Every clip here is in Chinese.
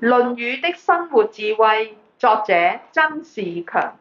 論語的生活智慧，作者曾仕強。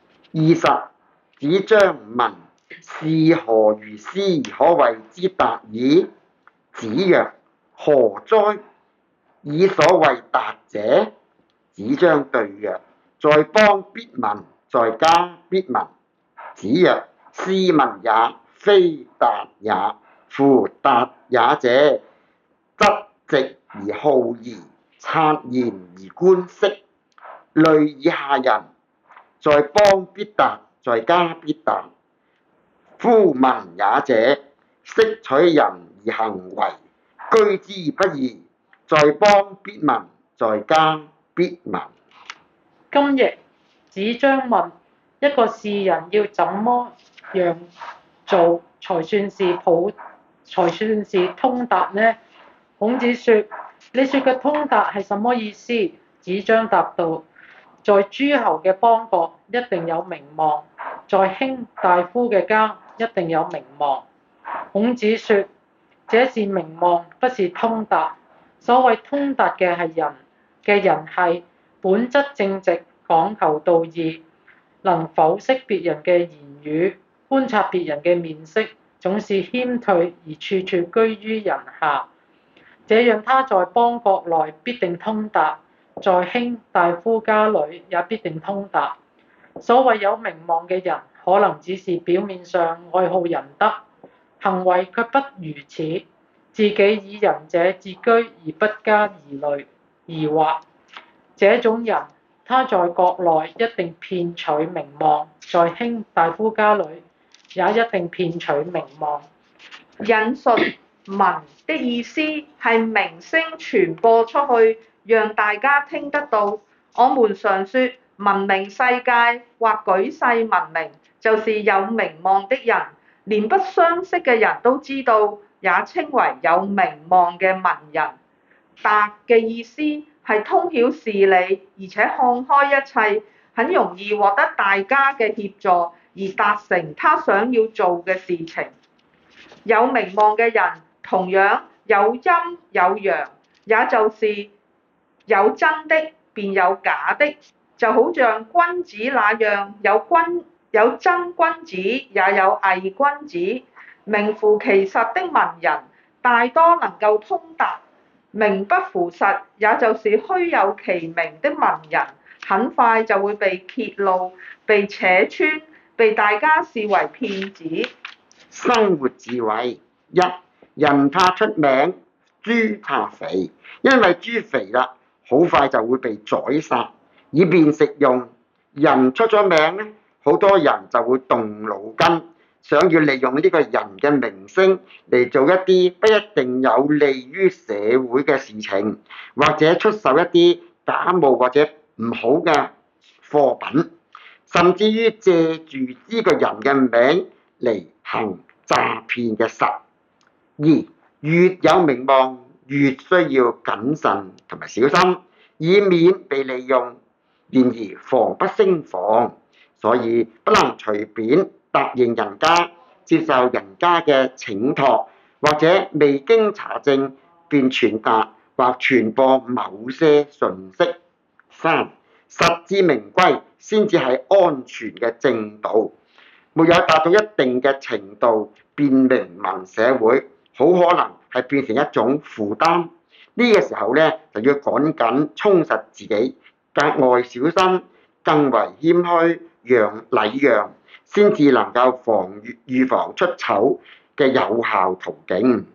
20子張問：是何如斯可謂之達矣？子曰：何哉！以所謂達者。子張對曰：在邦必聞，在家必聞。子曰：是聞也，非達也。夫達也者，則直而好義，察言而觀色，類以下人。在邦必達，在家必達。夫聞也者，識取人而行為，居之不易。在邦必聞，在家必聞。 今譯子張問一個士人要怎麼樣做才算是通達呢？孔子說：你說嘅通達係什麼意思？子張答道：在諸侯嘅邦國一定有名望，在卿大夫嘅家一定有名望。孔子說：這是名望，不是通達。所謂通達嘅人係本質正直，講求道義，能剖析別人嘅言語，觀察別人嘅面色，總是謙退而處處居於人下。這樣他在邦國內必定通達，在卿大夫家裏也必定通達。所謂有名望嘅人，可能只是表面上愛好仁德，行為卻不如此，自己以仁者自居而不加疑惑。這種人，他在國內一定騙取名望，在卿大夫家裏也一定騙取名望。 引述聞的意思係名聲傳播出去，讓大家聽得到。我們常說聞名世界或舉世聞名，就是有名望的人，連不相識嘅人都知道，也稱為有名望嘅文人。達嘅意思係通曉事理，而且看開一切，很容易獲得大家嘅協助，而達成他想要做嘅事情。有名望嘅人同樣有陰有陽，也就是有真的便有假的，就好像君子那樣，有真君子也有偽君子。名副其實的文人大多能夠通達，名不符實也就是虛有其名的文人，很快就會被揭露、被扯穿、被大家視為騙子。 生活智慧一：人怕出名，豬怕肥，因為豬肥啦，好快就會被宰殺，以便食用。人出咗名咧，好多人就會動腦筋，想要利用呢個人嘅名聲嚟做一啲不一定有利於社會嘅事情，或者出售一啲假冒或者唔好嘅貨品，甚至於借住呢個人嘅名嚟行詐騙嘅實。二，越有名望，越需要謹慎同埋小心，以免被利用。然而防不勝防，所以不能隨便答應人家，接受人家嘅請託，或者未經查證便傳達或傳播某些訊息。三，實至名歸先至係安全嘅正道，沒有達到一定嘅程度便名聞社會，好可能係變成一種負擔。呢個時候咧，就要趕緊充實自己，格外小心，更為謙虛禮讓，先至能夠預防出醜嘅有效途徑。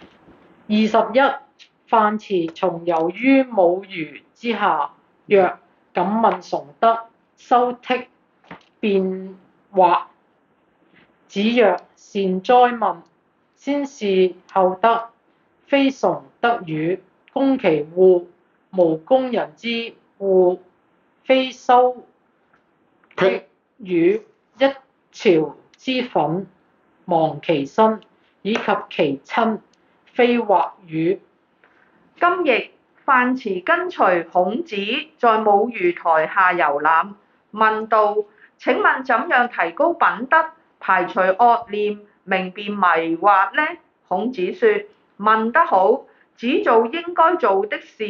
21樊遲從遊於武虞之下，曰：敢問崇德，修剔辨惑。子曰：善哉問！先是後德，非崇德與？攻其戶，無攻人之戶，非修剔與？一朝之忿，亡其身，以及其親，非惑與？ 今譯樊遲跟隨孔子在武虞台下遊覽，問道：請問怎樣提高品德，排除惡念，明辨迷惑呢？孔子說：問得好，只做應該做的事，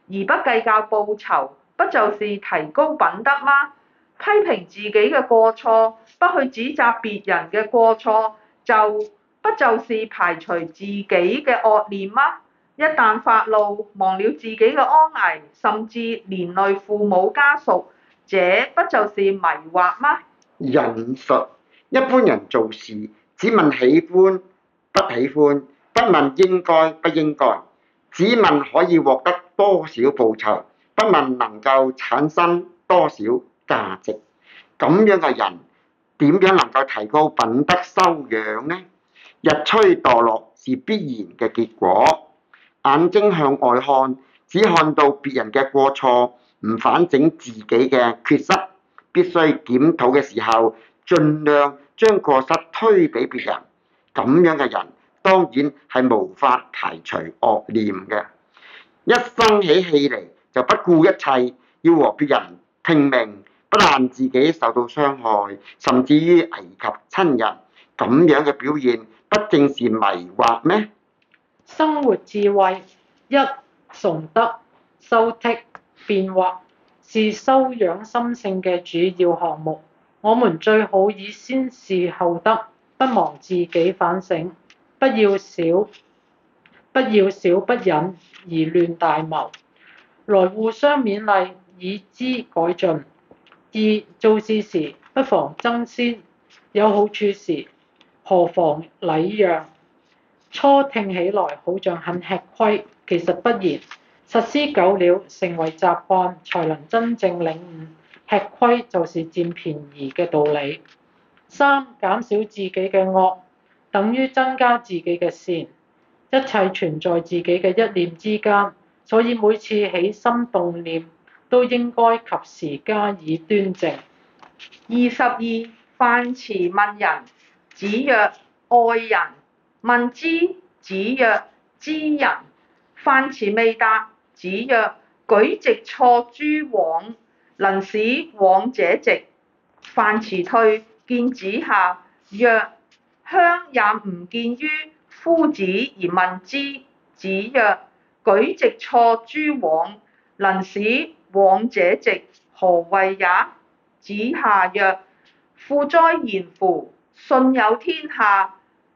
而不計較報酬，不就是提高品德嗎？批評自己嘅過錯，不去指責別人嘅過錯，不就是排除自己嘅惡念嗎？一旦發怒，忘了自己嘅安危，甚至連累父母家屬，這不就是迷惑嗎？ 引述一般人做事只問喜歡不喜歡，不問應該不應該，只問可以獲得多少報酬，不問能夠產生多少價值。咁樣嘅人點樣能夠提高品德修養呢？日趨墮落是必然嘅結果。眼睛向外看，只看到別人嘅過錯，唔反省自己嘅缺失，必須檢討嘅時候，盡量將過失推俾別人。咁樣嘅人當然係無法排除惡念嘅。一生起氣嚟就不顧一切，要和別人拼命，不但自己受到傷害，甚至於危及親人。咁樣嘅表現，不正是迷惑咩？ 生活智慧一，崇德、修剔、變惑是修養心性嘅主要項目。我們最好以先事後德，不忘自己反省，不要小不忍而亂大謀，來互相勉勵，以之改進。二，做事時不妨爭先，有好處時何妨禮讓。初聽起來好像很吃虧，其實不然，實施久了成為習慣，才能真正領悟吃虧就是佔便宜嘅道理。三，減少自己嘅惡，等於增加自己嘅善，一切存在自己嘅一念之間，所以每次起心動念都應該及時加以端正。 22. 樊遲問人，子曰：愛人。問之，子曰：知人。樊遲未答，子曰：舉直錯諸枉，能使枉者直。樊遲退，見子下，曰：鄉也吾見於夫子而問之。子曰：舉直錯諸枉，能使枉者直，何謂也？子夏曰：富哉賢乎！信有天下，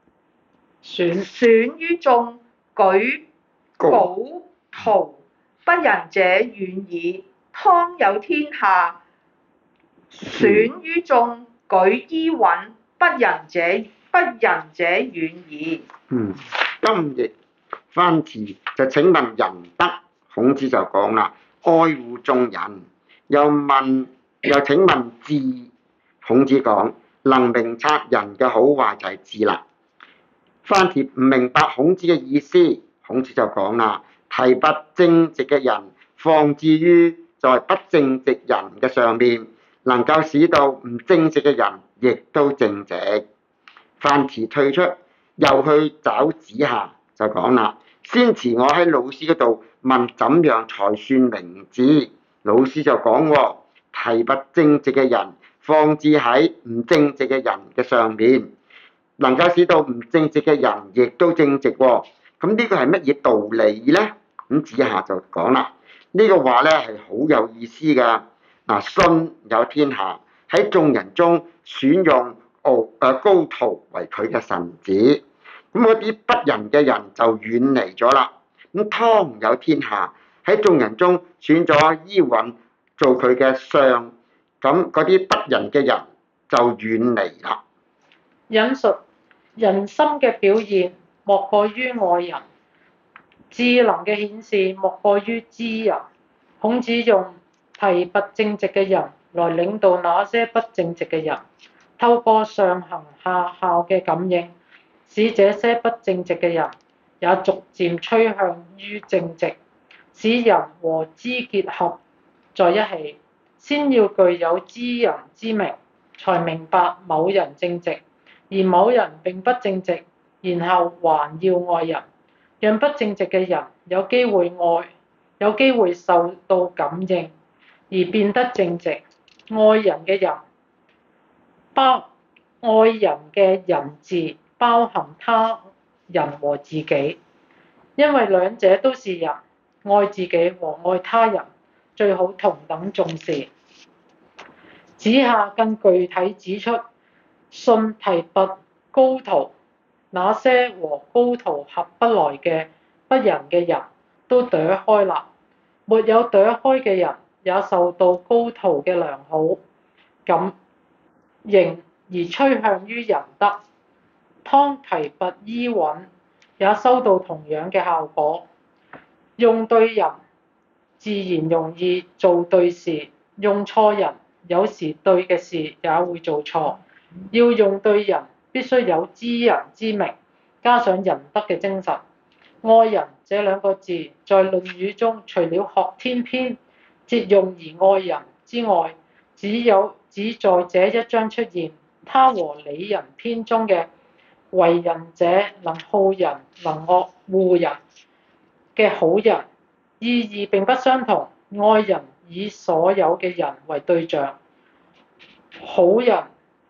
損於眾，舉稿圖，不仁者遠矣。湯有天下，損於眾，舉伊尹，不仁者遠矣。 今譯樊遲就請問仁德，孔子就講啦，愛護眾人。又請問智，孔子講能明察人嘅好壞就係智啦。樊遲唔明白孔子嘅意思，孔子就講啦，提拔正直嘅人，放置於在不正直人嘅上面，能夠使到唔正直嘅人亦都正直。樊遲退出，又去找子夏，就講啦，先前我喺老師嗰度問怎樣才算明智，老師就講，提拔正直嘅人，放置喺唔正直嘅人嘅上面，能夠使到唔正直嘅人亦都正直。咁呢個係乜嘢道理呢？咁子夏就講啦，呢個話咧係好有意思㗎。嗱，信有天下，喺眾人中選用高徒為佢嘅臣子，咁嗰啲不仁嘅人就遠離咗啦。咁湯有天下，喺眾人中選咗伊尹做佢嘅相，咁嗰啲不仁嘅人就遠離啦。 引述人心嘅表現莫過於愛人，智能嘅顯示莫過於知人。孔子用提拔正直嘅人來領導那些不正直嘅人，透過上行下效嘅感應，使這些不正直嘅人也逐漸趨向於正直，使人和知結合在一起。先要具有知人之明，才明白某人正直，而某人並不正直，然後還要愛人，讓不正直嘅人有機會愛，有機會受到感應，而變得正直。愛人嘅人字包含他人和自己，因為兩者都是人， 愛自己和愛他人，最好同等重視。子夏更具體指出，舜提拔高徒，那些和高徒合不來嘅不仁嘅人都躲開啦，沒有躲開嘅人也受到高徒嘅良好感應而趨向於仁德。湯提拔伊尹，也收到同樣嘅效果。用對人自然容易做對事，用錯人有時對嘅事也會做錯。要用對人，必須有知人之明，加上仁德嘅精神。愛人這兩個字在《論語》中，除了學天篇節用而愛人之外，只在這一章出現。它和里仁篇中嘅為人者能好人能惡護人嘅好人意義並不相同。愛人以所有嘅人為對象，好人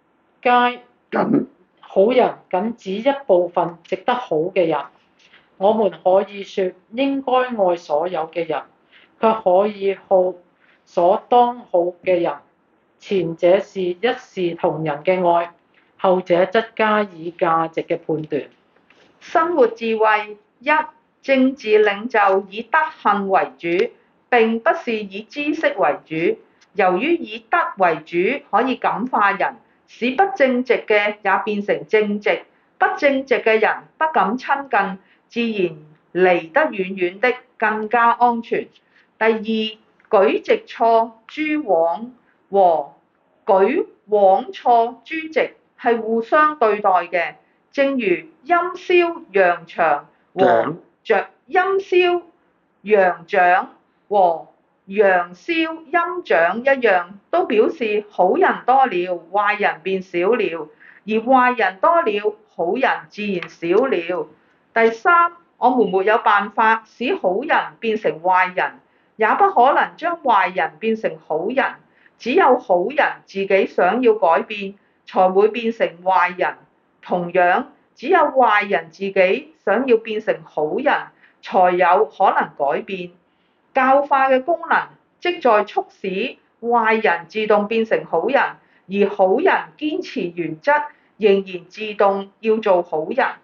僅指一部分值得好嘅人。我們可以說應該愛所有嘅人，卻可以好所當好嘅人。前者是一視同仁嘅愛，後者則加以價值嘅判斷。 生活智慧一，政治領袖以德行為主，並不是以知識為主。由於以德為主可以感化人，使不正直嘅也變成正直，不正直嘅人不敢親近，自然離得遠遠的，更加安全。第二，舉直錯誅枉和舉枉錯誅直係互相對待嘅，正如陰燒陽長和陰燒陽長和陽燒陰長一樣，都表示好人多了，壞人變少了，而壞人多了，好人自然少了。第三，我們沒有辦法使好人變成壞人，也不可能將壞人變成好人，只有好人自己想要改變，才會變成壞人。同樣，只有壞人自己想要變成好人，才有可能改變。教化嘅功能，即在促使壞人自動變成好人，而好人堅持原則，仍然自動要做好人。